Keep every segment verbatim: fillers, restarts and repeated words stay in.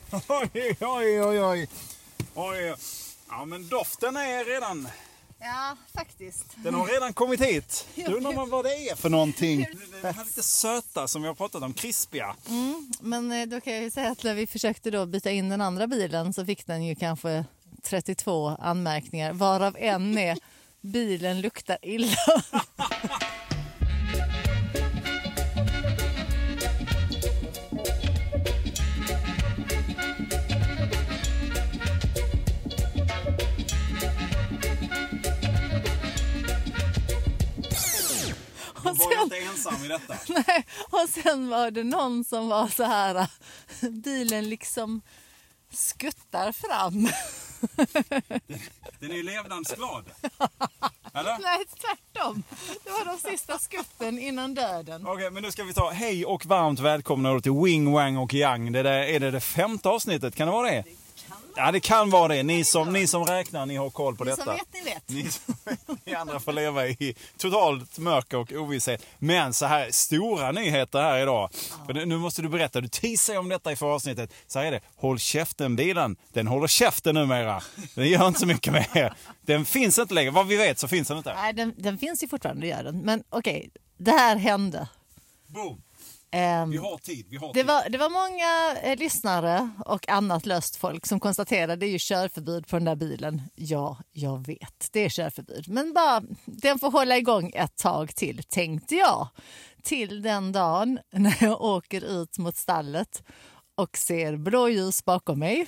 Oj, oj, oj, oj. Oj. Ja, men doften är redan... Ja, faktiskt. Den har redan kommit hit. Du undrar man vad det är för någonting. Det här lite söta som vi har pratat om, krispiga. Mm, men då kan jag ju säga att när vi försökte då byta in den andra bilen så fick den ju kanske trettiotvå anmärkningar. Varav en är bilen luktar illa. Du var ju inte ensam i detta. Nej, och sen var det någon som var så här, bilen liksom skuttar fram. Den, den är ju levnadsglad. Eller? Nej, tvärtom. Det var de sista skutten innan döden. Okej, okay, men nu ska vi ta hej och varmt välkomna till Wing, Wang och Yang. Det där, är det det femte avsnittet? Kan det vara det? Ja, det kan vara det. Ni som, ni som räknar, ni har koll på ni detta. Som vet, ni vet. Ni, som, ni andra får leva i totalt mörker och ovisshet. Men så här, stora nyheter här idag. Ja. För nu måste du berätta, du teasar om detta i förra avsnittet. Så här är det, håll käften-bilen. Den håller käften numera. Den gör inte så mycket mer. Den finns inte längre. Vad vi vet så finns den inte. Nej, den, den finns ju fortfarande, gör den. Men okej, okay, det här hände. Boom. Um, vi har tid, vi har det tid. Var, det var många eh, lyssnare och annat löst folk som konstaterade att det är ju körförbud på den där bilen. Ja, jag vet, det är körförbud. Men bara, den får hålla igång ett tag till, tänkte jag. Till den dagen när jag åker ut mot stallet och ser blåljus bakom mig.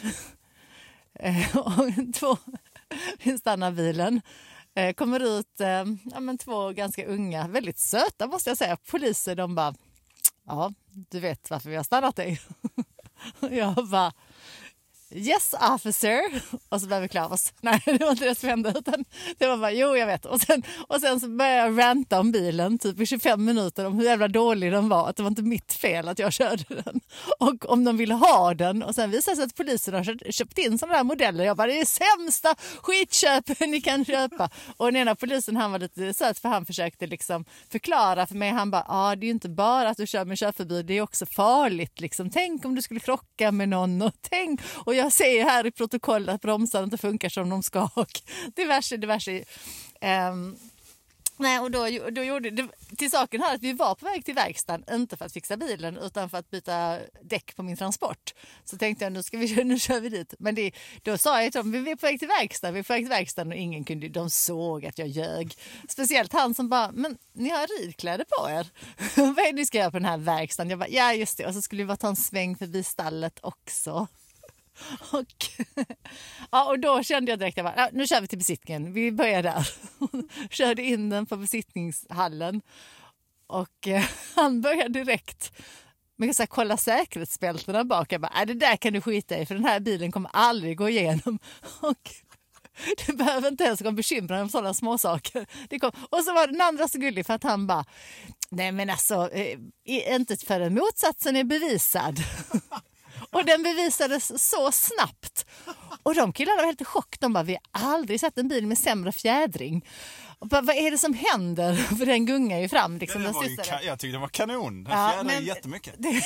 och två, vi stannar bilen. Kommer ut eh, ja, men två ganska unga, väldigt söta måste jag säga, poliser. De bara... Ja, du vet varför vi har stannat dig. Jag bara, yes officer. Och så började vi klara oss. Nej, det var inte det som hände. Utan det var bara, jo jag vet. Och sen, och sen så började jag ranta om bilen typ i tjugofem minuter om hur jävla dålig den var. Att det var inte mitt fel att jag körde den. Och om de ville ha den. Och sen visade sig att polisen har köpt in sådana här modeller. Jag bara, det är sämsta skitköp ni kan köpa. Och den ena polisen, han var lite söt för han försökte liksom förklara för mig. Han bara, ja ah, det är ju inte bara att du kör med körförbud. Det är också farligt liksom. Tänk om du skulle krocka med någon. Och tänk, och jag ser här i protokollet att bromsarna inte funkar som de ska. Och diverse, diverse. Um, nej, och då, då gjorde det till saken här att vi var på väg till verkstaden, inte för att fixa bilen utan för att byta däck på min transport. Så tänkte jag, nu, ska vi, nu kör vi dit. Men det, då sa jag till dem, vi är på väg till verkstaden, vi är på väg till verkstaden och ingen kunde, de såg att jag ljög. Speciellt han som bara, men ni har ridkläder på er. Vad är det ni ska göra på den här verkstaden? Jag bara, ja just det, och så skulle vi bara ta en sväng förbi stallet också. Och, ja, och då kände jag direkt att ja, nu kör vi till besiktningen. Vi börjar där. Körde in den på besiktningshallen. Och eh, han började direkt med att kolla säkerhetsbältena bak. Jag bara, nej, det där kan du skita i för den här bilen kommer aldrig gå igenom. Och du behöver inte ens gå bekymra om sådana små saker. Det kom. Och så var den andra så gullig för att han bara, nej men alltså, eh, inte förrän motsatsen är bevisad. Och den bevisades så snabbt. Och de killarna var helt i chock. De bara, vi har aldrig sett en bil med sämre fjädring. Och bara, vad är det som händer? För den gungar ju fram. Liksom, den den var ka- jag tyckte det var kanon. Den ja, fjädrar jättemycket. Det,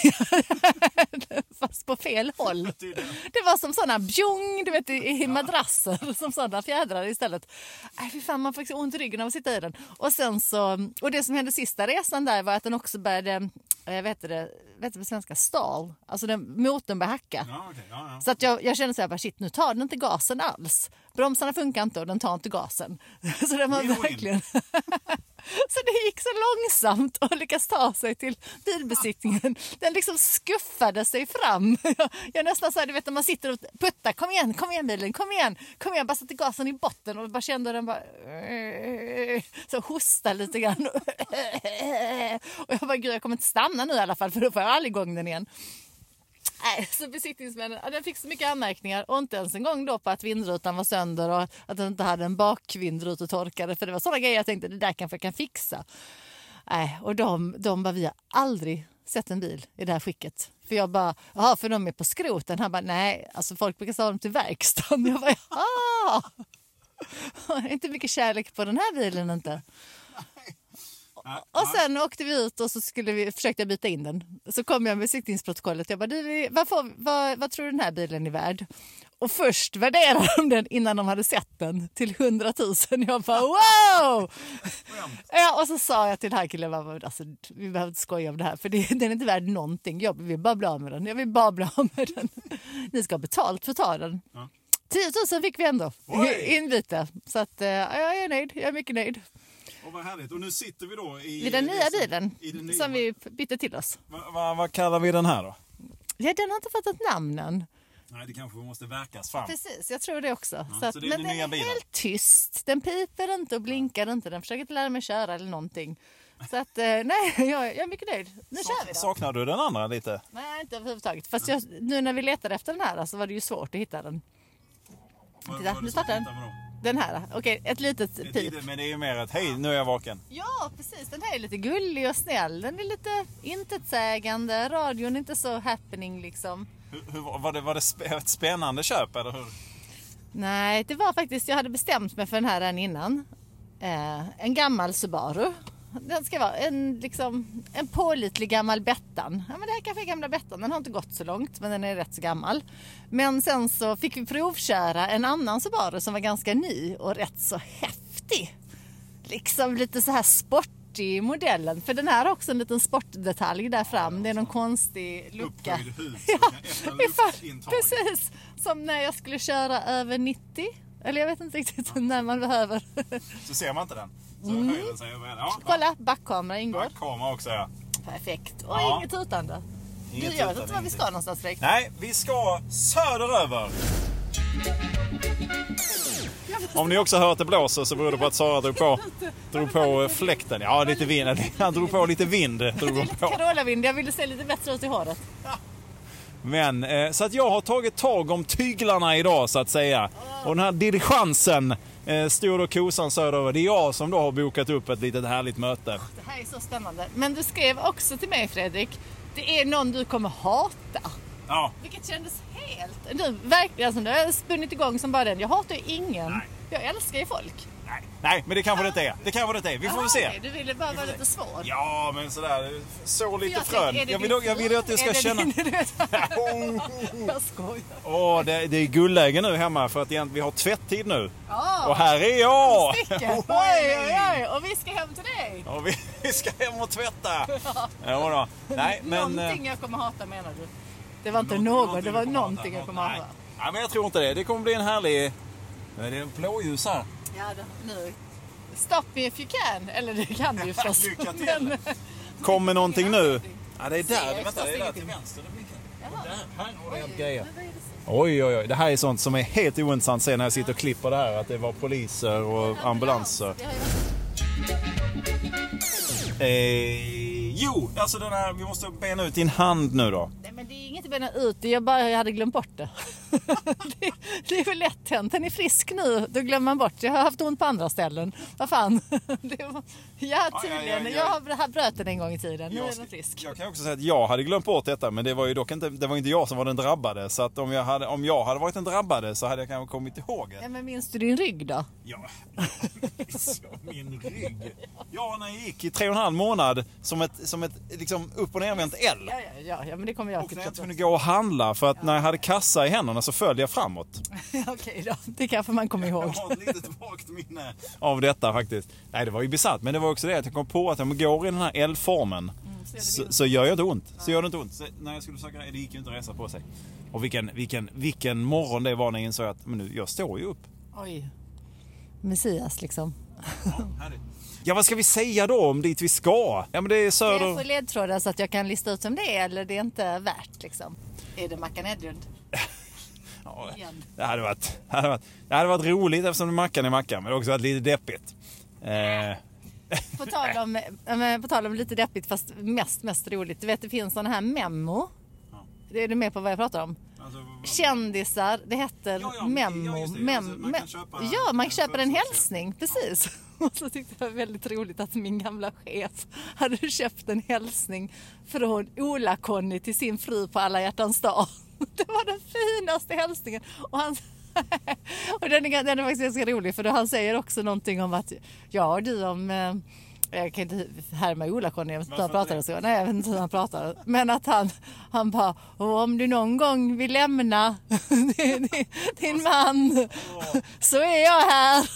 fast på fel håll. Det var som sådana bjong, du vet, i, i madrasser. Som sådana fjädrar istället. Nej, fy fan, man får ont i ryggen av att sitta i den. Och, sen så, och det som hände sista resan där var att den också började, jag vet det, vet det på svenska, stall. Alltså den, motorn började hacka. Ja, okay, ja, ja. Så att jag, jag kände så här, bara, shit, nu tar den inte gasen alls. Bromsarna funkar inte och den tar inte gasen. Så det var verkligen... Så det gick så långsamt att lyckas ta sig till bilbesiktningen. Den liksom skuffade sig fram. Jag, jag nästan så här, du vet när man sitter och puttar, kom igen, kom igen bilen, kom igen, kom igen, bara satte gasen i botten och bara kände den bara så hosta lite grann. Och jag bara, gud, jag kommer inte stanna nu i alla fall för då får jag aldrig igång den igen. Nej, så besiktningsmännen, ja, den fick så mycket anmärkningar och inte ens en gång då på att vindrutan var sönder och att den inte hade en bakvindrutetorkare, för det var sådana grejer jag tänkte, det där kanske jag kan fixa. Nej, och de, de bara, vi har aldrig sett en bil i det här skicket. För jag bara, jaha, för de är på skroten. Han bara, nej, alltså folk brukar ta dem till verkstaden. Jag bara, jaha, inte mycket kärlek på den här bilen inte. och sen åkte vi ut och så skulle vi försökte byta in den. Så kom jag med besiktningsprotokollet. Jag bara, du, vad, får, vad, vad tror du den här bilen är värd? Och först värderade de den innan de hade sett den till hundratusen. Jag bara, wow! Ja, och så sa jag till den här killen, alltså, vi behöver inte skoja om det här. För det, den är inte värd någonting. Jag vill bara bli av med den. Jag vill bara bli av med den. Ni ska ha betalt för att ta den. Ja. tio tusen fick vi ändå. Inbyte. Så att, ja, jag är nöjd. Jag är mycket nöjd. Och vad härligt. Och nu sitter vi då i, I den nya som, bilen i den nya. Som vi bytte till oss. Va, va, vad kallar vi den här då? Ja, den har inte fått ett namn än. Nej, det kanske måste verkas fram. Precis, jag tror det också. Ja, så att, så det är men den den nya är bilen. helt tyst. Den piper inte och blinkar inte. Den försöker inte lära mig köra eller någonting. Så att, nej, jag, jag är mycket nöjd. Nu Sak, kör vi då. Saknar du den andra lite? Nej, inte överhuvudtaget. Fast jag, nu när vi letade efter den här så var det ju svårt att hitta den. Vad, Titta, vad nu startar den. Den här, okej, ett litet Ett pip. litet, men det är ju mer att hej, nu är jag vaken. Ja, precis. Den här är lite gullig och snäll. Den är lite intetsägande. Radion är inte så happening liksom. Hur, hur, var det, var det ett spännande köp eller hur? Nej, det var faktiskt, jag hade bestämt mig för den här än innan. Eh, en gammal Subaru. Den ska vara en, liksom, en pålitlig gammal Bettan. Ja, men det här kanske är gamla Bettan. Den har inte gått så långt, men den är rätt så gammal. Men sen så fick vi provköra en annan Subaru som var ganska ny och rätt så häftig. Liksom lite så här sportig modellen. För den här har också en liten sportdetalj där fram. Det är någon konstig lucka. Upphöjd hus. Ja, luftintag. precis. Som när jag skulle köra över nittio. Eller jag vet inte riktigt ja. när man behöver. Så ser man inte den. Så Mm. höjer den sig över den. Ja, kolla, backkamera ingår. Backkamera också, ja. Perfekt. Och ja. inget tutande. Inget du, jag vet tutande, inte var vi ska någonstans direkt. Nej, vi ska söderöver. Om ni också hör att det blåser så beror det på att Sara drog på, drog på fläkten. Ja, lite vind. Han drog på lite vind. Drog lite Carola-vind. Jag ville se lite bättre ut i håret. Men, eh, så att jag har tagit tag om tyglarna idag så att säga. Och den här diligensen eh, stod och kosan söderöver. Det är jag som då har bokat upp ett litet härligt möte. Det här är så spännande. Men du skrev också till mig, Fredrik. Det är någon du kommer hata. Ja. Vilket kändes helt... Du, verkligen, alltså, du har spunnit igång som bara den. Jag hatar ju ingen. Nej. Jag älskar ju folk. Nej, Nej men det kanske det inte är. Det kanske det inte är. Vi får väl se. Okay. Du ville bara vara lite svår. Ja, men sådär. Så lite jag frön. Tänkte, jag, vill, jag vill att du ska känna... Jag skojar. Åh, det, det är guldläge nu hemma för att vi har tvätttid nu. Oh. Och här är jag! Oj, oj, oj. Och vi ska hem till dig. Och vi, vi ska hem och tvätta. Ja. Ja, då. Nej, men... Någonting jag kommer hata, menar du? Det var inte något, något det var någonting jag kommer hata. Nej, men jag tror inte det. Det kommer bli en härlig... Det är en blåljus här. Ja, det, nu. Stop me if you can. Eller det kan du ju förstås. Lycka till. Kommer någonting nu? Ja, det är där. Vänta, det är där till vänster. Och där, här har det helt grejer. Oj, oj, oj. Det här är sånt som är helt ointressant sen när jag sitter och klipper det här. Att det var poliser och ambulanser. Eh, jo, alltså den här, vi måste bena ut din hand nu då. Nej, men det är inget att bena ut. Jag bara jag hade glömt bort det. det. Det är väl lätt hänt. Den är frisk nu. Då glömmer man bort. Jag har haft ont på andra ställen. Vad fan. det var, ja, tydligen. Ja, ja, ja, ja. Jag har bröt den en gång i tiden. Nu jag, är den frisk. Jag kan också säga att jag hade glömt bort detta. Men det var ju dock inte, det var inte jag som var den drabbade. Så att om jag hade, om jag hade varit den drabbade så hade jag kanske kommit ihåg det. Ja, men minns du din rygg då? Ja, min rygg. Ja, när jag gick i tre och en halv månad som ett, som ett liksom upp- och nervänt L. Ja, ja, ja, ja, men det kommer jag och när jag inte kunde gå och handla för att ja. när jag hade kassa i händerna så följde jag framåt. Okej då, det kanske man kommer ihåg. Jag har ett litet vagt minne av detta faktiskt. Nej, det var ju besatt, men det var också det att jag kom på att om jag går i den här L-formen mm, så, så, så gör jag inte ont. Ja. Så gör det inte ont. Så när jag skulle söka, det gick ju inte att resa på sig. Och vilken, vilken, vilken morgon det var när jag insåg att men nu, jag står ju upp. Oj, Messias liksom. Ja, härligt. Ja, vad ska vi säga då om dit vi ska? Ja, men det är söder... Jag får ledtrådar så att jag kan lista ut som det är, eller det är inte värt liksom. Är det Mackan Edlund? Ja, det hade varit, det hade varit, det hade varit roligt eftersom det är Mackan i Mackan, men det har också varit lite deppigt. Eh. På tal om, på tal om lite deppigt fast mest, mest roligt. Du vet, det finns sådana här memo. Ja. Är du med på vad jag pratar om? Alltså, vad... Kändisar, det heter ja, ja, memo. Ja, Mem... alltså, man kan köpa, ja, man köper en hälsning, precis. Och så tyckte jag det var väldigt roligt att min gamla chef hade köpt en hälsning från Ola-Conny till sin fru på alla hjärtans dag. Det var den finaste hälsningen. Och han... och den är, den är faktiskt ganska rolig, för då han säger också någonting om att ja, du om... jag kan inte härma Ola-Conny, jag vet inte hur han pratar så. Nej, jag vet inte hur han pratar. Men att han, han bara, om du någon gång vill lämna din, din man så är jag här.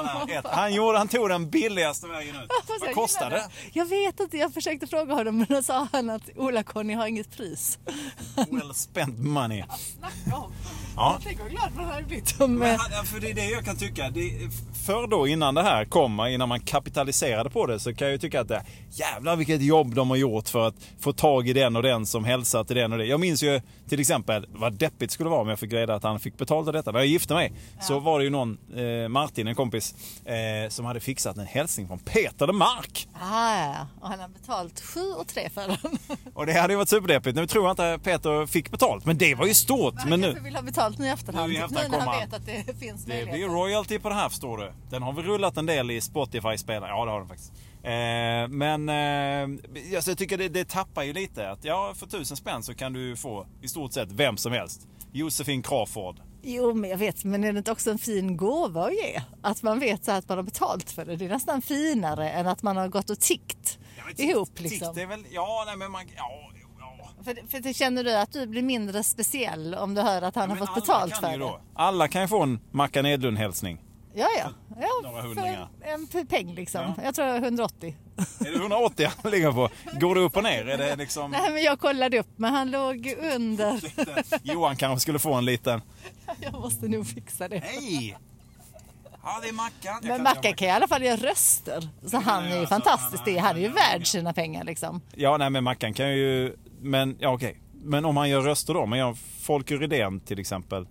Han, gjorde, han tog den billigaste vägen ut. Vad kostade det? Jag vet inte, jag försökte fråga honom, men då sa han att Ola-Conny har inget pris. Well spent money. Snacka om. Ja. Jag tänker vad glad man hade blivit om... Men, för det är det jag kan tycka. Det, för då innan det här kommer, innan man kapitaliserade på det, så kan jag ju tycka att det, jävlar vilket jobb de har gjort för att få tag i den och den som hälsar till den och det. Jag minns ju till exempel vad deppigt skulle vara om jag fick reda att han fick betalt av detta. När jag gifte mig ja. så var det ju någon, eh, Martin, en kompis, eh, som hade fixat en hälsning från Peter de Mark. Ah, ja, och han har betalt sju och tre för den. Och det hade ju varit superdeppigt. Nu tror jag inte att Peter fick betalt, men det var ju stort. Men, men nu vill ha betalt nu i efterhand. Nu, i efterhand nu när han kommer, vet att det finns det möjligheter. blir royalty på det här, förstår du. Den har vi rullat en del i Spotify-spelare. Ja, det har den faktiskt. Eh, men eh, alltså, jag tycker det, det tappar ju lite. Att ja, för tusen spänn så kan du få i stort sett vem som helst. Josefin Crawford. Jo, men jag vet, men är det inte också en fin gåva att ge? Att man vet så att man har betalt för det. Det är nästan finare än att man har gått och tickt ja, ihop. Tick, liksom. Det är väl, ja, nej, men man... Ja, För, för det känner du att du blir mindre speciell om du hör att han ja, har fått betalt för det? Alla kan ju få en Mackan Edlund-hälsning. Ja, ja. ja några hundringar. En, en peng liksom. Ja. Jag tror jag är hundraåttio. Är det hundraåttio han ligger på? Går det upp och ner? Är det liksom... Nej, men jag kollade upp, men han låg under. Johan kanske skulle få en liten... Jag måste nog fixa det. Hej! Ja, det är Mackan. Men Mackan kan i alla fall göra röster. Så ja, han är ju ja, fantastisk. Han, han, han är ju värd sina pengar liksom. Ja, nej, men Mackan kan ju... Men, ja okej. Okay. Men om han gör röster då, om han gör Folke Rydén till exempel,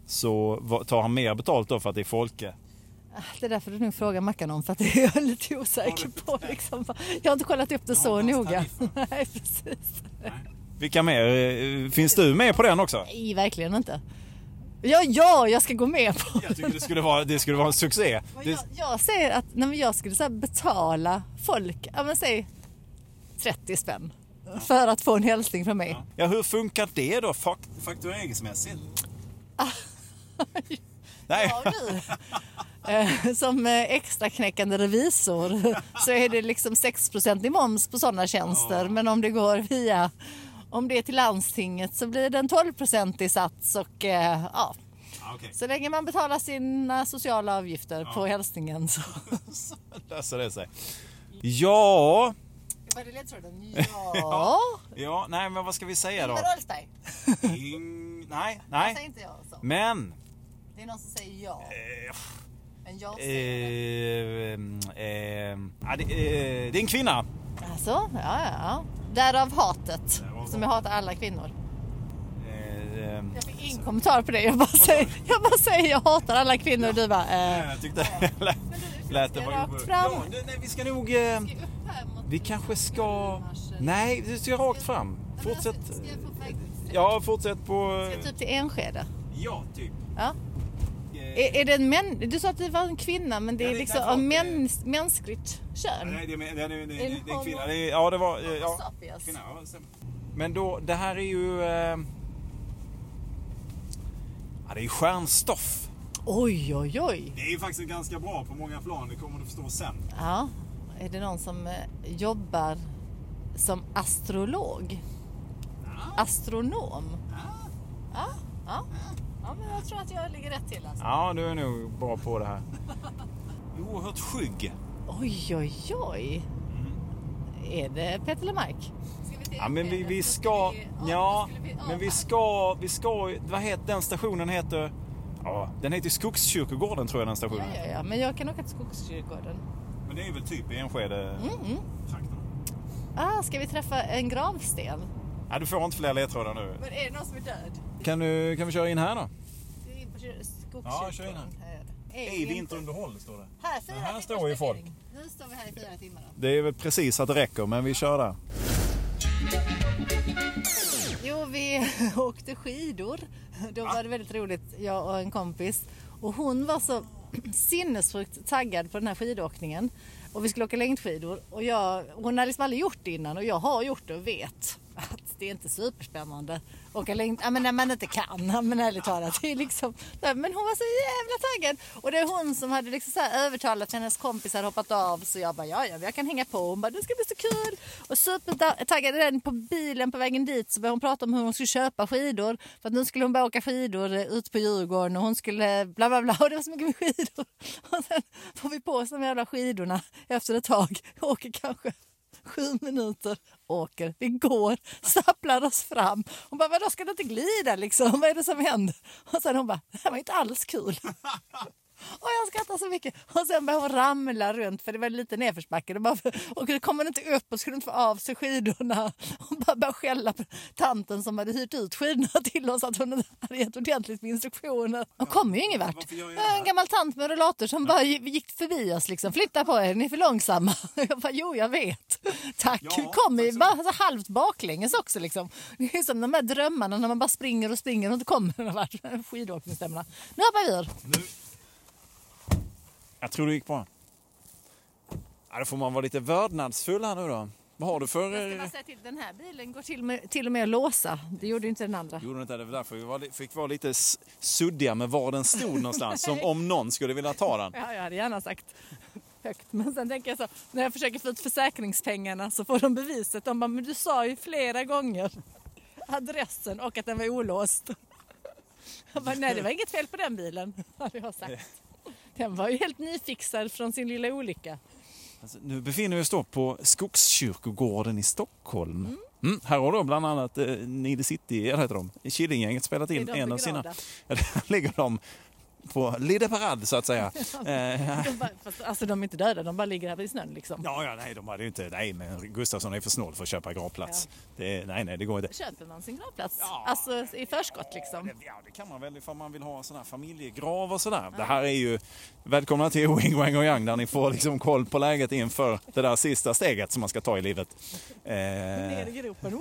så tar han mer betalt då för att det är Folke? Det är därför du nu frågar Mackan om, för att det är jag lite osäker på. Liksom. Jag har inte kollat upp det så noga. Nej, precis. Nej. Vilka mer? Finns du med på den också? Nej, verkligen inte. Ja, ja, jag ska gå med på Jag tycker det skulle vara, det skulle vara en succé. Jag, jag säger att när jag skulle så här betala folk, ja men säg trettio spänn. Ja. För att få en hälsning från mig. Ja, ja hur funkar det då fakt- faktureringsmässigt? Nej. Ja, du. Som extra knäckande revisor så är det liksom sex procent i moms på sådana tjänster. Ja. Men om det går via, om det är till landstinget så blir det en tolv procent i sats och ja. Ah, okay. Så länge man betalar sina sociala avgifter ja. På hälsningen så löser det sig. Ja. Var det ledtråden? Ja. Ja, nej men vad ska vi säga då? Ingvar Oldsberg. In... Nej, nej. Det säger inte jag så. Men. Det är någon som säger ja. Eh, men jag säger eh, eh, eh, ja, det, eh, det är en kvinna. Alltså, ja, ja. Därav hatet. Som jag hatar alla kvinnor. Eh, eh, jag fick ingen så. Kommentar på det. Jag bara, säger, jag bara säger jag hatar alla kvinnor. Och du bara... Eh, jag tyckte lät, lät det var rakt fram. Ja, nej, vi ska nog... Eh, vi kanske ska... Nej, vi ska rakt fram. Fortsätt. Ja, fortsätt på... Ska typ till Enskede? Ja, typ. Ja. Är, är det en män... Du sa att det var en kvinna, men det är ja, det, liksom av mäns, mänskligt kön. Nej, det är, det är, det är, det är, det är en kvinna. Det är, ja, det var... Ja, kvinna, ja, men då, det här är ju... Eh, ja, det är ju stjärnstoff. Oj, oj, oj. Det är ju faktiskt ganska bra på många plan. Det kommer du förstå sen. Ja. Är det någon som jobbar som astrolog? Ja. Astronom? Ja. Ja. Ja. Ja, men jag tror att jag ligger rätt till. Alltså. Ja, du är nog bra på det här. Oerhört skygg. Oj, oj, oj. Mm. Är det Peter Lemark? Ja, men vi, vi ska... Vi, ja, vi, men vi ska... Vi ska... Vad heter den stationen heter... Ja, den heter Skogskyrkogården tror jag den stationen. Ja, ja, ja, men jag kan åka till Skogskyrkogården. Men det är väl typ i Enskede mm. Ah, ska vi träffa en gravsten? Ja, du får inte fler ledtrådar nu. Men är det någon som är död? Kan, du, kan vi köra in här då? Det är in på Skogskyrkogården. Ja, kör in här. Ej vinterunderhåll står det. Här, fyra här står ju folk. Nu står vi här i fyra timmar. Då. Det är väl precis att det räcker, men vi kör där. Jo, vi åkte skidor. Då var det väldigt roligt, jag och en kompis. Och hon var så sinnesfrukt taggad på den här skidåkningen. Och vi skulle åka längdskidor. Och jag, hon hade liksom aldrig gjort det innan och jag har gjort det och vet att det är inte superspännande. Och ja, men när man inte kan, ja, men ärligt talat. Det är liksom, men hon var så jävla taggad. Och det är hon som hade liksom så här övertalat hennes kompisar hoppat av. Så jag bara, ja, ja, jag kan hänga på. Hon bara, det ska bli så kul. Och supertaggad den på bilen på vägen dit så började hon prata om hur hon skulle köpa skidor. För att nu skulle hon bara åka skidor ut på Djurgården och hon skulle bla bla bla. Och det var så mycket med skidor. Och sen får vi på oss de jävla skidorna efter ett tag. Åker kanske sju minuter, åker, vi går, stapplar oss fram. Hon bara, vadå, ska du inte glida liksom? Vad är det som händer? Och sen hon bara, det här var inte alls kul. Och jag skrattar så mycket. Och sen började hon ramla runt för det var lite nedförsbacke. Och det kommer inte upp och skulle inte få av sig skidorna. Hon bara började skälla på tanten som hade hyrt ut skidorna till oss att hon hade gett ordentligt med instruktioner. Hon kom ju ingen vart. En gammal tant med rollator som bara gick förbi oss liksom. Flytta på er, ni är för långsamma. Jag bara, jo jag vet. Tack. Ja, kom ju bara så halvt baklänges också liksom. Det är som de här drömmarna när man bara springer och springer och inte kommer någon vart. Skidåkningsstämmorna. Nu hoppar vi ur. Nu. Jag tror det gick bra. Ja, då får man vara lite vördnadsfull här nu då. Vad har du för... Jag ska bara säga till, den här bilen går till, med, till och med att låsa. Det gjorde inte den andra. Gjorde inte det, därför vi var, fick vara lite suddiga med var den stod någonstans. Som om någon skulle vilja ta den. Ja, jag hade gärna sagt högt. Men sen tänker jag så, när jag försöker få ut försäkringspengarna så får de beviset. De bara, men du sa ju flera gånger adressen och att den var olåst. Jag bara, nej det var inget fel på den bilen, hade jag sagt. Den var ju helt nyfixad från sin lilla olycka. Alltså, nu befinner vi oss då på Skogskyrkogården i Stockholm. Mm. Mm, här har då bland annat eh, Nile City, eller heter de, i Killinggänget spelat in en av sina... Ja, där ligger de på Lide Parad så att säga. de bara, fast, alltså de är inte döda, de bara ligger här i snön liksom. Ja, ja nej, de hade ju inte, nej men Gustafsson är för snål för att köpa gravplats. Ja. Det, nej, nej, det går inte. Köper man sin gravplats? Ja. Alltså i förskott liksom? Ja, det, ja, det kan man väl ifall man vill ha sån här familjegrav och sådär. Ja. Det här är ju, välkomna till Wing Wang och Yang där ni får liksom koll på läget inför det där sista steget som man ska ta i livet. Eh, ner i gropen.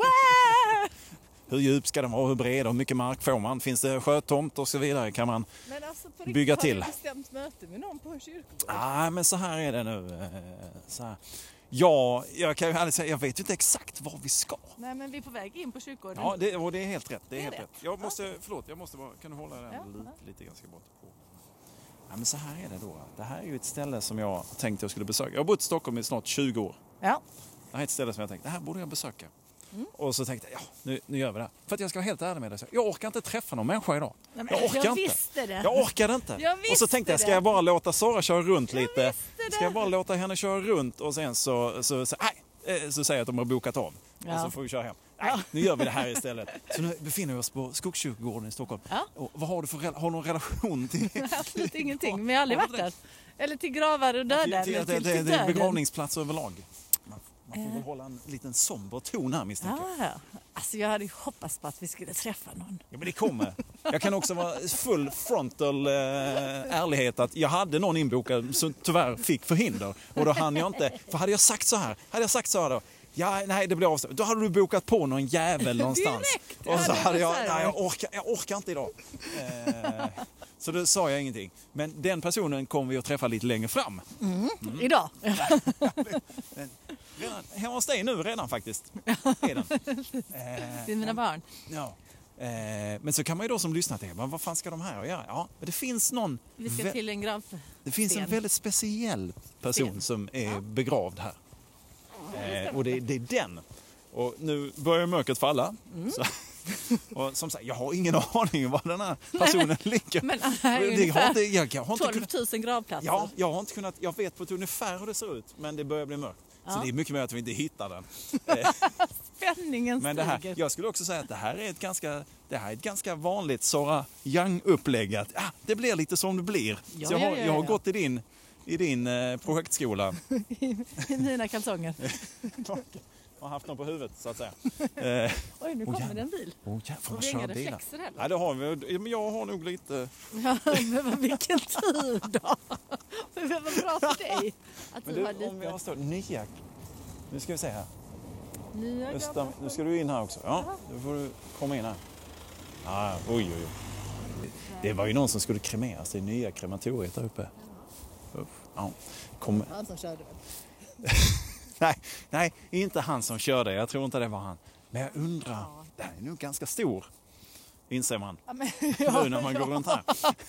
Hur djup ska den vara? Hur bred? Hur mycket mark får man? Finns det sjötomt och så vidare? Kan man men alltså, på bygga till? Har du bestämt möte med någon på en kyrkogård? Nej, men så här är det nu. Så här. Ja, jag kan ju aldrig säga, jag vet inte exakt var vi ska. Nej, men vi är på väg in på kyrkogården. Ja, det, och det är helt rätt. Det är, det är helt rätt. rätt. Jag måste, förlåt, jag måste bara, kan du hålla den ja, lite, ja. lite ganska bort på? Ja, men så här är det då. Det här är ju ett ställe som jag tänkte jag skulle besöka. Jag har bott i Stockholm i snart tjugo år. Ja. Det här är ett ställe som jag tänkte, det här borde jag besöka. Mm. Och så tänkte jag, ja, nu, nu gör vi det. För att jag ska vara helt ärlig med dig. Jag orkar inte träffa någon människa idag. Nej, jag orkar jag inte. Visste det. Jag orkade inte. Jag och så tänkte jag, ska jag bara låta Sara köra runt jag lite? Ska jag bara låta henne köra runt och sen så, så, så, nej, så säger jag att de har bokat av. Ja. Och så får vi köra hem. Nej, nu gör vi det här istället. Så nu befinner vi oss på Skogskyrkogården i Stockholm. Ja. Och vad har du för har du någon relation till? Absolut ingenting, men jag har aldrig varit där. Eller till gravar och döda. Ja, till, till, till, till, till, till begravningsplats överlag. Man, man får väl hålla en liten somber ton här misstänker jag. Ja, alltså jag hade hoppats på att vi skulle träffa någon. Ja, men det kommer. Jag kan också vara full frontal eh, ärlighet att jag hade någon inbokad som tyvärr fick förhinder. Och då hann jag inte. För hade jag sagt så här, hade jag sagt så här då. Ja, nej, det blir avstånd. Då hade du bokat på någon jävel någonstans. Direkt. Och så hade jag, nej, jag orkar, jag orkar inte idag. Eh, så då sa jag ingenting. Men den personen kommer vi att träffa lite längre fram. Mm. Mm. Idag. Redan, hemma hos dig nu redan faktiskt. Är den. Eh, det är mina barn. Ja. Eh, men så kan man ju då som lyssnar till, vad fan ska de här göra? Ja, det finns någon... Vi ska till en grav. Det finns en väldigt speciell person Sten. som är ja. begravd här. Eh, och det, det är den. Och nu börjar mörkret falla. Mm. Så, och som sagt, jag har ingen aning var den här personen ligger. Men det har inte, jag, jag har inte tolv tusen gravplatser. Ja, jag har inte kunnat, jag vet på ett ungefär hur det ser ut, men det börjar bli mörkt. Ja. Så det är mycket mer att vi inte hittar den. Spänningen men det här, jag skulle också säga att det här är ett ganska, det här är ett ganska vanligt Sara Young-upplägg. Att, ah, det blir lite som det blir. Ja, så jag har, ja, ja, ja. jag har gått i din, i din eh, projektskola. I, I mina kalsonger. Jag har haft någon på huvudet så att säga. Eh, Oj, nu kommer oh, det en bil. Oh, ja, får och vi har inga reflexer heller. Nej, det har vi. Men jag har nog lite... Ja, men vilken tur då. Det var bra för dig. Att men du, du var lite... om jag står nya... Nu ska vi se här. Nya Östa, nu ska du in här också. Ja, då får du komma in här. Ah, oj, oj, oj. Det var ju någon som skulle kremeras i nya krematoriet där uppe. Uff, ja. Kom... Han som körde väl. nej, nej, inte han som körde. Jag tror inte det var han. Men jag undrar, Ja. den är nog ganska stor, inser man. Ja, men, Nu när man går runt här.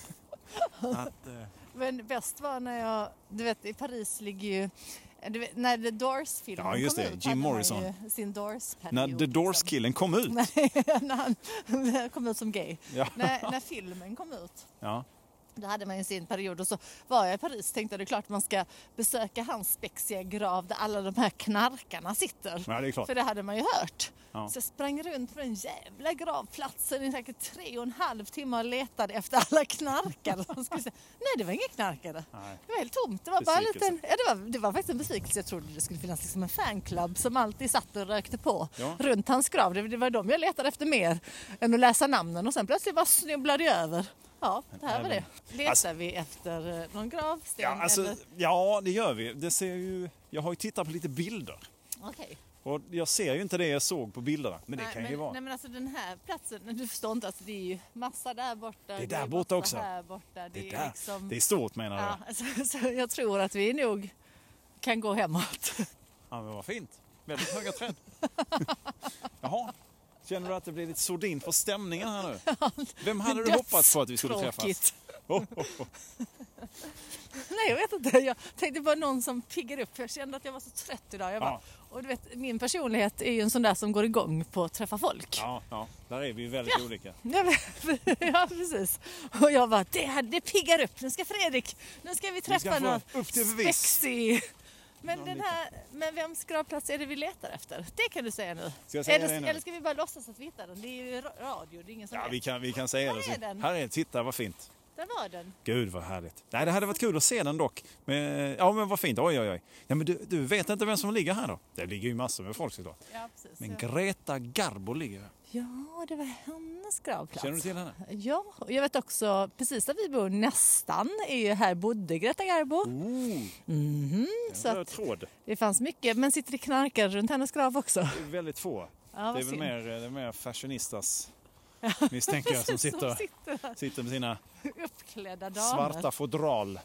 Att, eh, men bäst var när jag, du vet i Paris ligger ju, du vet, när The Doors-filmen Ja, just kom det, ut. Jim hade man Morrison. ju sin Doors-period. när The Doors-killen kom ut. Nej, när han kom ut som gay. Ja. När, när filmen kom ut. Ja. Då hade man ju sin period och så var jag i Paris och tänkte att det är klart man ska besöka hans spexiga grav där alla de här knarkarna sitter. Ja, det är klart. För det hade man ju hört. Ja. Så jag sprang runt på den jävla gravplatsen i säkert tre och en halv timme och letade efter alla knarkare. som skulle säga. Nej, det var inga knarkare. Nej. Det var helt tomt. Det var bara en Besvikelse. liten, ja, det, var, det var faktiskt en besvikelse. Jag trodde det skulle finnas liksom en fanclub som alltid satt och rökte på Ja. runt hans grav. Det, det var de jag letade efter mer än att läsa namnen och sen plötsligt bara snubblade jag över. Ja, det här var det. Letar Alltså- vi efter eh, någon gravsten? Ja, alltså, eller? ja, det gör vi. Det ser ju, jag har ju tittat på lite bilder. Okej. Och jag ser ju inte det jag såg på bilderna. Men det Nej, kan men, ju vara. Nej, men alltså den här platsen, du förstår inte, alltså, det är ju massa där borta. Det är där ju borta massa också. Här borta. Det, Det är, är där. liksom... Det är stort, menar jag. Ja, alltså, så jag tror att vi nog kan gå hemåt. Ja, men vad fint. Väldigt höga träd. Jaha. Känner du att det blir lite sordin på stämningen här nu? Vem hade du hoppats på att vi skulle träffas? Dödstråkigt. Oh, oh, oh. Nej, jag vet inte. Jag tänkte bara någon som piggar upp. Jag kände att jag var så trött idag. Jag bara, Ja. Och du vet, min personlighet är ju en sån där som går igång på att träffa folk. Ja, ja, där är vi ju väldigt olika. Ja, men- ja, precis. Och jag bara, det, här, det piggar upp. Nu ska Fredrik, nu ska vi ska träffa få någon upp till bevis. spexig. Men, Någon den liten. här, men vems gravplats är det vi letar efter? Det kan du säga nu. Ska jag säga eller, det nu? eller ska vi bara låtsas att vi hittar den? Det är ju ra- radio, det är ingen som Ja, vet. vi kan, vi kan säga Var det. är den? Här är den. Titta, vad fint. Där var den. Gud, vad härligt. Nej, det hade varit kul att se den dock. Men, ja, men vad fint. Oj, oj, oj. Ja, men du, du vet inte vem som ligger här då? Det ligger ju massor med folk såklart. Ja, precis. Men Ja. Greta Garbo ligger här. Ja, det var hennes gravplats. Känner du till henne? Ja, och jag vet också, precis där vi bor nästan, är ju här bodde Greta Garbo. Oh, Mhm, så en röd att tråd. det fanns mycket, men sitter det knarkare runt hennes grav också? Det är väldigt få. Ja, det vad är väl synd. mer, det är mer fashionistas misstänker jag som sitter, sitter sitter med sina uppklädda damer. svarta fodral.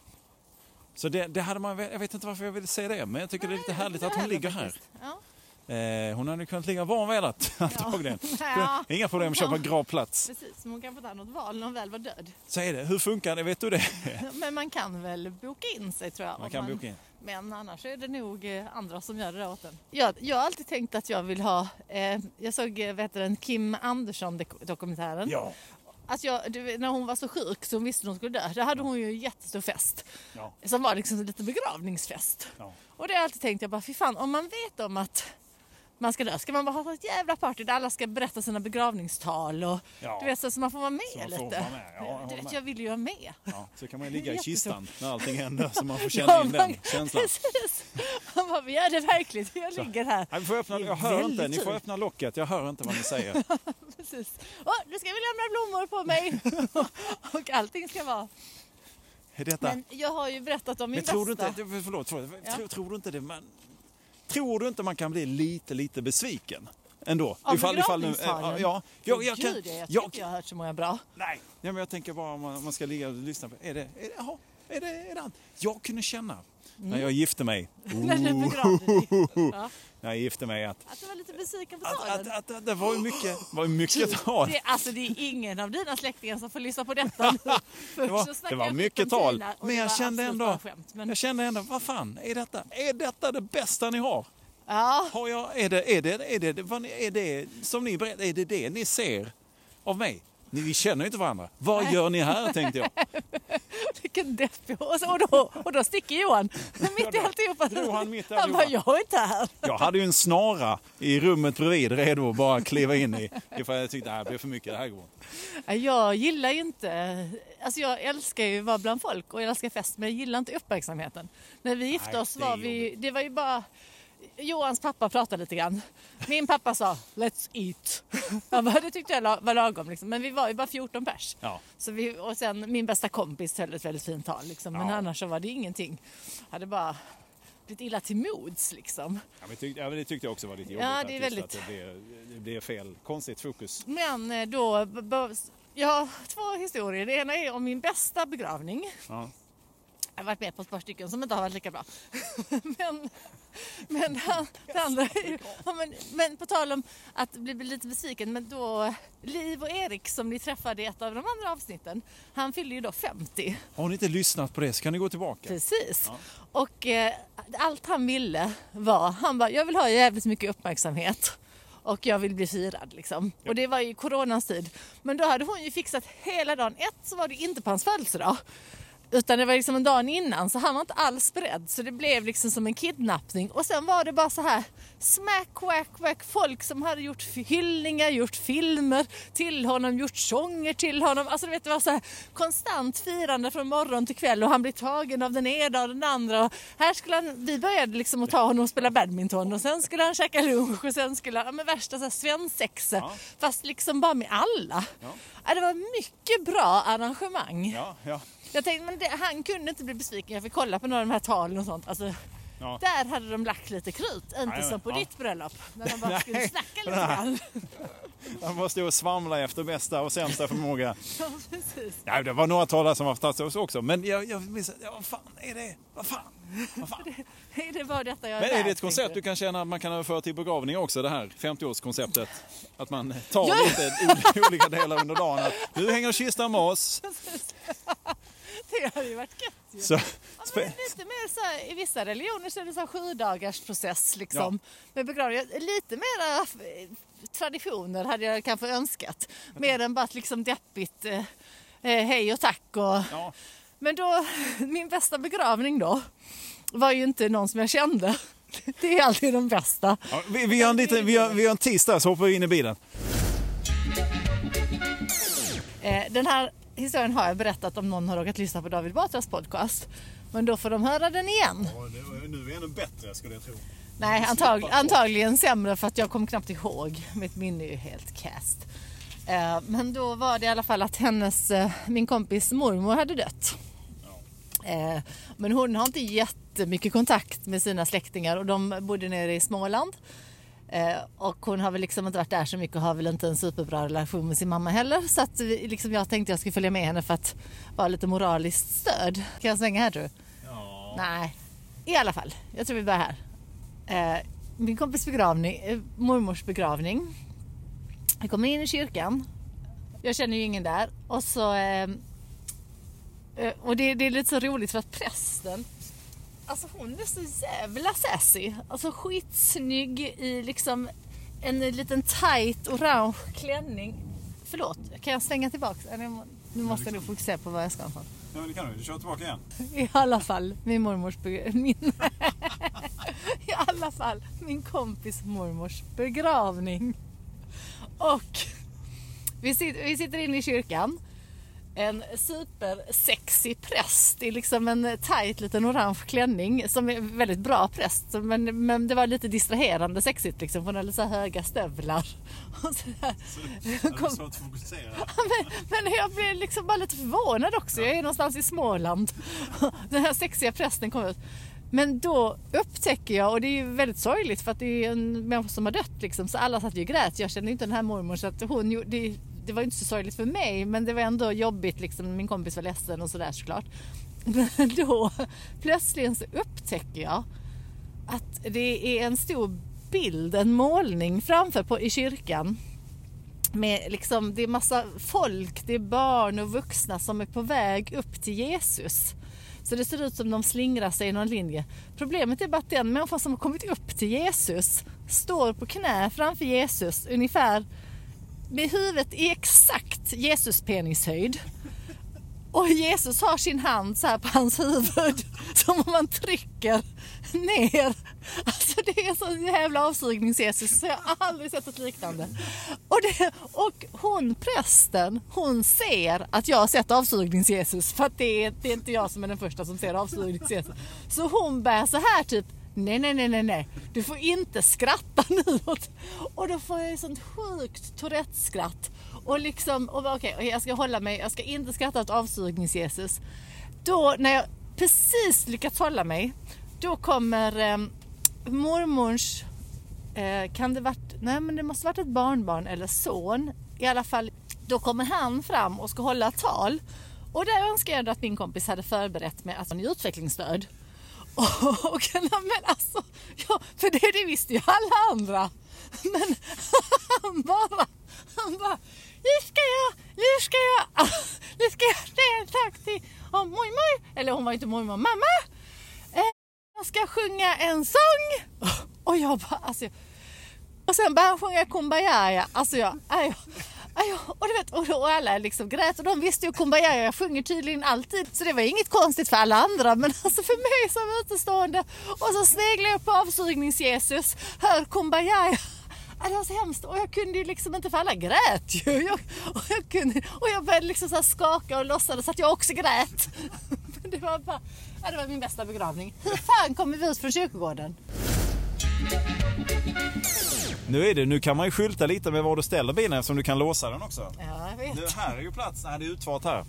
Så det, det hade man, väl- jag vet inte varför jag ville säga det, men jag tycker det är lite härligt att hon ligger här. Ja. Eh, hon hade kunnat ligga var hon velat, antagligen. Ja. Inga problem att köpa gravplats. Precis, men hon kan få ta något val när hon väl var död. Så är det. Hur funkar det? Vet du det? Men man kan väl boka in sig tror jag. Man om kan boka in. Men annars är det nog eh, andra som gör det där åt en. Jag, jag har alltid tänkt att jag vill ha, eh, jag såg eh, vet du, den Kim Andersson-dokumentären. Ja. Att jag, du, vet, när hon var så sjuk så hon visste att hon skulle dö. Då hade hon ju en jättestor fest. Ja. Som var liksom lite begravningsfest. Ja. Och det har jag alltid tänkt, jag bara, fy fan, om man vet om att man ska dö, ska man bara ha ett jävla party där alla ska berätta sina begravningstal och Ja. du vet, så, så man får vara med Så man lite. får vara med. Ja, jag du håller vet, med. jag vill ju vara med. Ja, så kan man ju ligga i Jättestor. kistan när allting händer så man får känna Ja, in man- den känslan. Precis. Man bara, vi gör det verkligt, jag Så. ligger här. Nej, vi får öppna, Det är jag hör inte, väldigt ni får tur. öppna locket, jag hör inte vad ni säger. Precis. Åh, nu ska vi lämna blommor på mig. Och allting ska vara. Är detta? Men jag har ju berättat om min Men tror du bästa. inte, förlåt, förlåt Ja. tror, tror du inte det man, tror du inte man kan bli lite, lite besviken ändå? Av ifall, ifall nu, äh, begravningstalen? ja, jag, jag kan, Gud, jag, jag, jag, tycker jag har hört så många bra. nej, nej, men jag tänker bara om man, om man ska ligga och lyssna på, är det, är det, jaha, är det, är det han? Jag kunde känna när jag gifte mig, När du begravde dig. Ja. när jag gifte mig att, Att du var lite besviken på att, talen. att, att, att det var ju mycket, var ju mycket tal. Det, alltså det är ingen av dina släktingar som får lyssna på detta nu. Det var, det var mycket tal, men jag kände ändå, Skämt, men, jag kände ändå, vad fan, är detta, är detta det bästa ni har? ja, Har jag, är, det, är, det, är, det, vad ni- är det som ni berättar, är det det ni ser av mig? Ni, vi känner ju inte varandra. Vad Nej. gör ni här, tänkte jag. vilken deppig. Och, så, och, då, och då sticker Johan mitt i alltihopa. drog han mitt i Han bara, alltihopa. jag är inte här. Jag hade ju en snara i rummet bredvid, redo att bara kliva in i. Ifall jag tyckte att det blev för mycket, det här går inte. Jag gillar ju inte, alltså jag älskar ju att vara bland folk och jag älskar fest, men jag gillar inte uppmärksamheten. När vi gifte Nej, oss det är var vi, jobbigt. det var ju bara, Johans pappa pratade lite grann. Min pappa sa, let's eat. Jag bara, det tyckte jag la- var lagom liksom. Men vi var ju bara fjorton pers. Ja. Så vi, och sen min bästa kompis höll ett väldigt fint tal liksom. Men Ja. annars så var det ingenting. Jag hade bara blivit illa till mods liksom. Ja, men tyckte, ja, men det tyckte jag också var lite jobbigt. Ja, det är faktiskt, väldigt- Att det, blev, det blev fel, konstigt fokus. Men eh, då, b- b- jag har två historier. Det ena är om min bästa begravning. Ja. Jag har varit med på ett par stycken som inte har varit lika bra. men men, han, det andra är ju, ja, men, men på tal om att bli lite besviken, men då Liv och Erik som ni träffade i ett av de andra avsnitten, han fyllde ju då femtio. Har ni inte lyssnat på det så kan ni gå tillbaka. Precis. Ja. Och eh, allt han ville var, han bara, jag vill ha jävligt mycket uppmärksamhet. Och jag vill bli firad liksom. Ja. Och det var ju coronans tid. Men då hade hon ju fixat hela dagen. Ett så var det inte på hans födelsedag. Utan det var liksom en dag innan, så han var inte alls beredd. Så det blev liksom som en kidnappning. Och sen var det bara så här smack, whack, whack. Folk som hade gjort hyllningar, gjort filmer till honom, gjort sånger till honom. Alltså du vet, det var så här konstant firande från morgon till kväll. Och han blev tagen av den ena och den andra. Och här skulle han, vi började liksom att ta honom och spela badminton. Och sen skulle han käka lunch. Och sen skulle han, ja, men värsta så här svensexa. Ja. Fast liksom bara med alla. Ja. Ja, det var mycket bra arrangemang. Ja, ja. Jag tänkte, men det, han kunde inte bli besviken. Jag fick kolla på några av de här talen och sånt. Alltså, ja. Där hade de lagt lite krut. Inte nej, som på ja. ditt bröllop. När de bara skulle snacka lite grann. Man måste stå och svamla efter bästa och sämsta förmåga. Ja, precis. Ja, det var några talare som var fantastiska också. Men jag, jag minns, ja, vad fan är det? Vad fan? Vad fan? det, det var detta jag men är där, det ett koncept du kan känna att man kan överföra till begravning också, det här femtio-årskonceptet? Att man tar ja. lite olika delar under dagen. Att, nu hänger kistan med oss. Det hade ju varit gött ju. Så, ja, men lite mer så här, i vissa religioner så är det så här sju dagars process liksom. Ja. Med begravning. Lite mera traditioner hade jag kanske önskat. Mer än bara liksom deppigt eh, hej och tack. Och, ja. Men då, min bästa begravning då var ju inte någon som jag kände. Det är alltid de bästa. Ja, vi, vi, har en liten, vi, har, vi har en tisdag så hoppar vi in i bilen. Eh, den här historien har jag berättat om någon har råkat lyssna på David Batras podcast. Men då får de höra den igen. Ja, det, nu är det ännu bättre skulle jag tro. Nej, antag, antagligen sämre för att jag kom knappt ihåg. Mitt minne är ju helt cast. Eh, men då var det i alla fall att hennes, eh, min kompis mormor hade dött. Ja. Eh, men hon har inte jättemycket kontakt med sina släktingar och de bodde nere i Småland. Eh, och hon har väl liksom inte varit där så mycket och har väl inte en superbra relation med sin mamma heller. Så att vi, liksom, jag tänkte jag skulle följa med henne för att vara lite moraliskt stöd. Kan jag svänga här tror du? Ja. Nej, i alla fall. Jag tror vi börjar här. Eh, min kompis begravning, eh, mormors begravning. Jag kommer in i kyrkan. Jag känner ju ingen där. Och så eh, och det, det är lite så roligt för att prästen, alltså hon är så jävla sassy. Alltså skitsnygg i liksom en liten tight orange klänning. Förlåt, kan jag svänga tillbaka? Nu måste jag nog fokusera på vad jag ska ha. Ja, men det kan du. Du kör tillbaka igen. I alla fall, min mormors beg- min I alla fall, min kompis mormors begravning. Och vi sitter, vi sitter inne i kyrkan. En supersexy präst i liksom en tight liten orange klänning som är väldigt bra präst. Men, men det var lite distraherande sexigt liksom. Hon hade så här höga stövlar. Och så där. Så det är Kom... svårt att fokusera. men, men jag blev liksom bara lite förvånad också. Jag är någonstans i Småland. Den här sexiga prästen kom ut. Men då upptäcker jag, och det är ju väldigt sorgligt för att det är en människa som har dött liksom. Så alla satt ju grät. Jag kände inte den här mormor så att hon det, det var inte så sorgligt för mig, men det var ändå jobbigt liksom. Min kompis var ledsen och sådär såklart. Men då plötsligt så upptäcker jag att det är en stor bild, en målning framför på, i kyrkan. Med liksom, det är massa folk, det är barn och vuxna som är på väg upp till Jesus. Så det ser ut som de slingrar sig i någon linje. Problemet är bara att den människan som har kommit upp till Jesus står på knä framför Jesus ungefär med huvudet i exakt Jesus penishöjd. Och Jesus har sin hand så här på hans huvud som om man trycker ner. Alltså det är så jävla avsugnings-Jesus så jag har aldrig sett ett liknande. Och, det, och hon, prästen, hon ser att jag har sett avsugnings-Jesus för att det är, det är inte jag som är den första som ser avsugnings-Jesus. Så hon bär så här typ, nej, nej, nej, nej, nej. Du får inte skratta nu. Och då får jag ett sånt sjukt Tourette-skratt. Och liksom, och okej, okay, jag ska hålla mig, jag ska inte skratta åt avsugnings-Jesus. Då, när jag precis lyckats hålla mig, då kommer eh, mormors, eh, kan det varit, nej men det måste varit ett barnbarn eller son. I alla fall, då kommer han fram och ska hålla tal. Och där önskar jag att min kompis hade förberett mig alltså, en utvecklingsstöd. Och, och men alltså, ja, för det, det visste ju alla andra. Men han bara, han bara, nu ska jag, nu ska jag, nu ska jag säga en tack till oh, mormor, eller hon var inte mormor, mamma. Eh, jag ska sjunga en sång. Och jag bara, alltså, och sen började han sjunga Kumbaya. Alltså jag, aj, aj, och du vet, och, och alla liksom grät och de visste ju Kumbaya, jag sjunger tydligen alltid. Så det var inget konstigt för alla andra, men alltså för mig som utestående. Och så sneglade jag på avsugningsjesus, hör Kumbaya. Det var så hemskt och jag kunde ju liksom inte, för alla grät ju. Jag, och, jag kunde, och jag började liksom så här skaka och låtsades att jag också grät. Men det var bara, det var min bästa begravning. Hur fan kommer vi ut från kyrkogården? Nu är det, nu kan man ju skylta lite med var du ställer bilen eftersom du kan låsa den också. Ja, jag vet. Nu, här är ju plats, nej det är utfart här.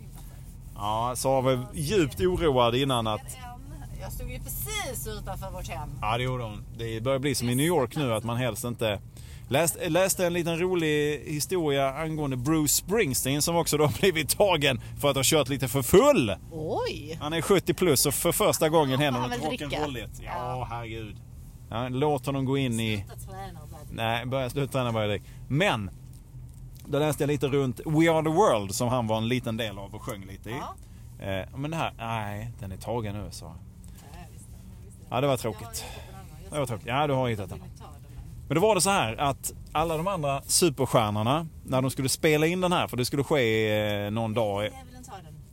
Ja, så var vi djupt oroad innan att... Jag stod ju precis utanför vårt hem. Ja, det gjorde hon. Det börjar bli som i New York nu att man helst inte... Läst, läste en liten rolig historia angående Bruce Springsteen som också då blivit tagen för att ha kört lite för full. Oj! Han är sjuttio plus och för första gången händer han något vill dricka. rock'n'rolligt. Ja, herregud. Ja, låt honom gå in i... Nej, börja sluta träna bara direkt. Men, då läste jag lite runt We Are The World som han var en liten del av och sjöng lite i. Ja. Eh, men det här, nej, den är tagen nu så. Ja, det var tråkigt. Det var tråkigt. Ja, du har hittat den. Men då var det så här att alla de andra superstjärnorna, när de skulle spela in den här, för det skulle ske eh, någon dag... Jag vill inte ha den.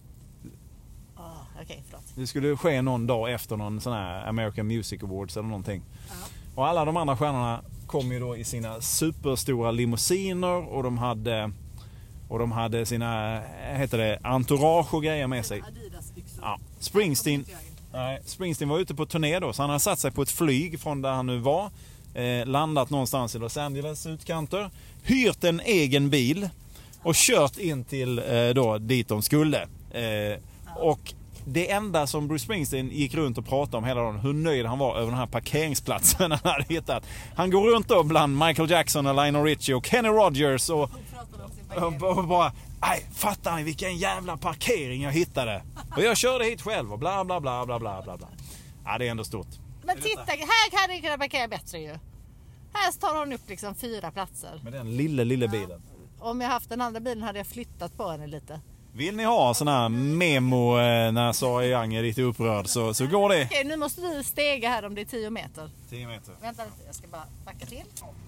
Oh, okay, förlåt. Det skulle ske någon dag efter någon sån här American Music Awards eller någonting. Ja. Och alla de andra stjärnorna kom ju då i sina superstora limousiner och de hade och de hade sina, heter det, entourage och grejer med sig. Ja. Springsteen, nej, Springsteen var ute på turné då, så han har satt sig på ett flyg från där han nu var, eh, landat någonstans i Los Angeles utkanter, hyrt en egen bil och kört in till eh, då dit de skulle. Eh, och det enda som Bruce Springsteen gick runt och pratade om hela dagen, hur nöjd han var över den här parkeringsplatsen han hade hittat. Han går runt då bland Michael Jackson och Lionel Richie och Kenny Rogers och, och, och bara, nej, fattar ni vilken jävla parkering jag hittade? Och jag körde hit själv och bla bla bla bla bla bla. Ja, det är ändå stort. Men titta, här kan ni kunna parkera bättre ju. Här tar hon upp liksom fyra platser. Med den lilla, lilla bilen. Ja. Om jag haft den andra bilen hade jag flyttat på henne lite. Vill ni ha sån här memo när Sara Young är lite upprörd så, så går det. Okej, nu måste du stega här om det är tio meter. tio meter. Vänta lite, jag ska bara backa till.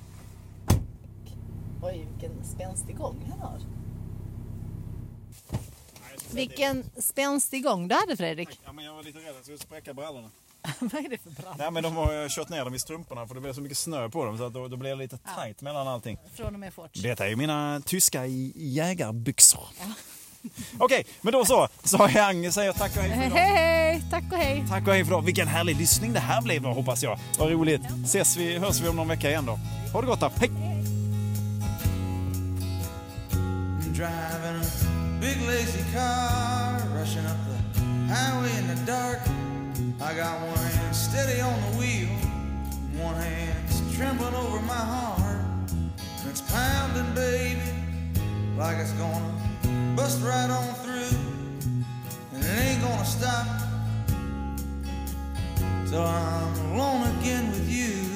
Oj, vilken spänstig gång han har. Vilken spänstig gång du hade, Fredrik. Ja, men jag var lite rädd att jag skulle spräcka brallorna. Vad är det för brand? Nej, men de har kört ner dem i strumporna för det blev så mycket snö på dem så att då, då blev det lite tajt ja. mellan allting. Från och med fort. Detta är mina tyska jägarbyxor. Ja. Okej, men då så. Så jag säger tack och hej för idag. Hej, hej, tack och hej. Tack och hej för idag. Vilken härlig lyssning det här blev då, hoppas jag. Vad roligt. Ses vi, hörs vi om någon vecka igen då. Ha det gott då. Hej! Driving a big lazy car, rushing up the highway in the dark. I got one hand steady on the wheel, one hand's trembling over my heart. And it's pounding, baby, like it's gonna bust right on through. And it ain't gonna stop till I'm alone again with you.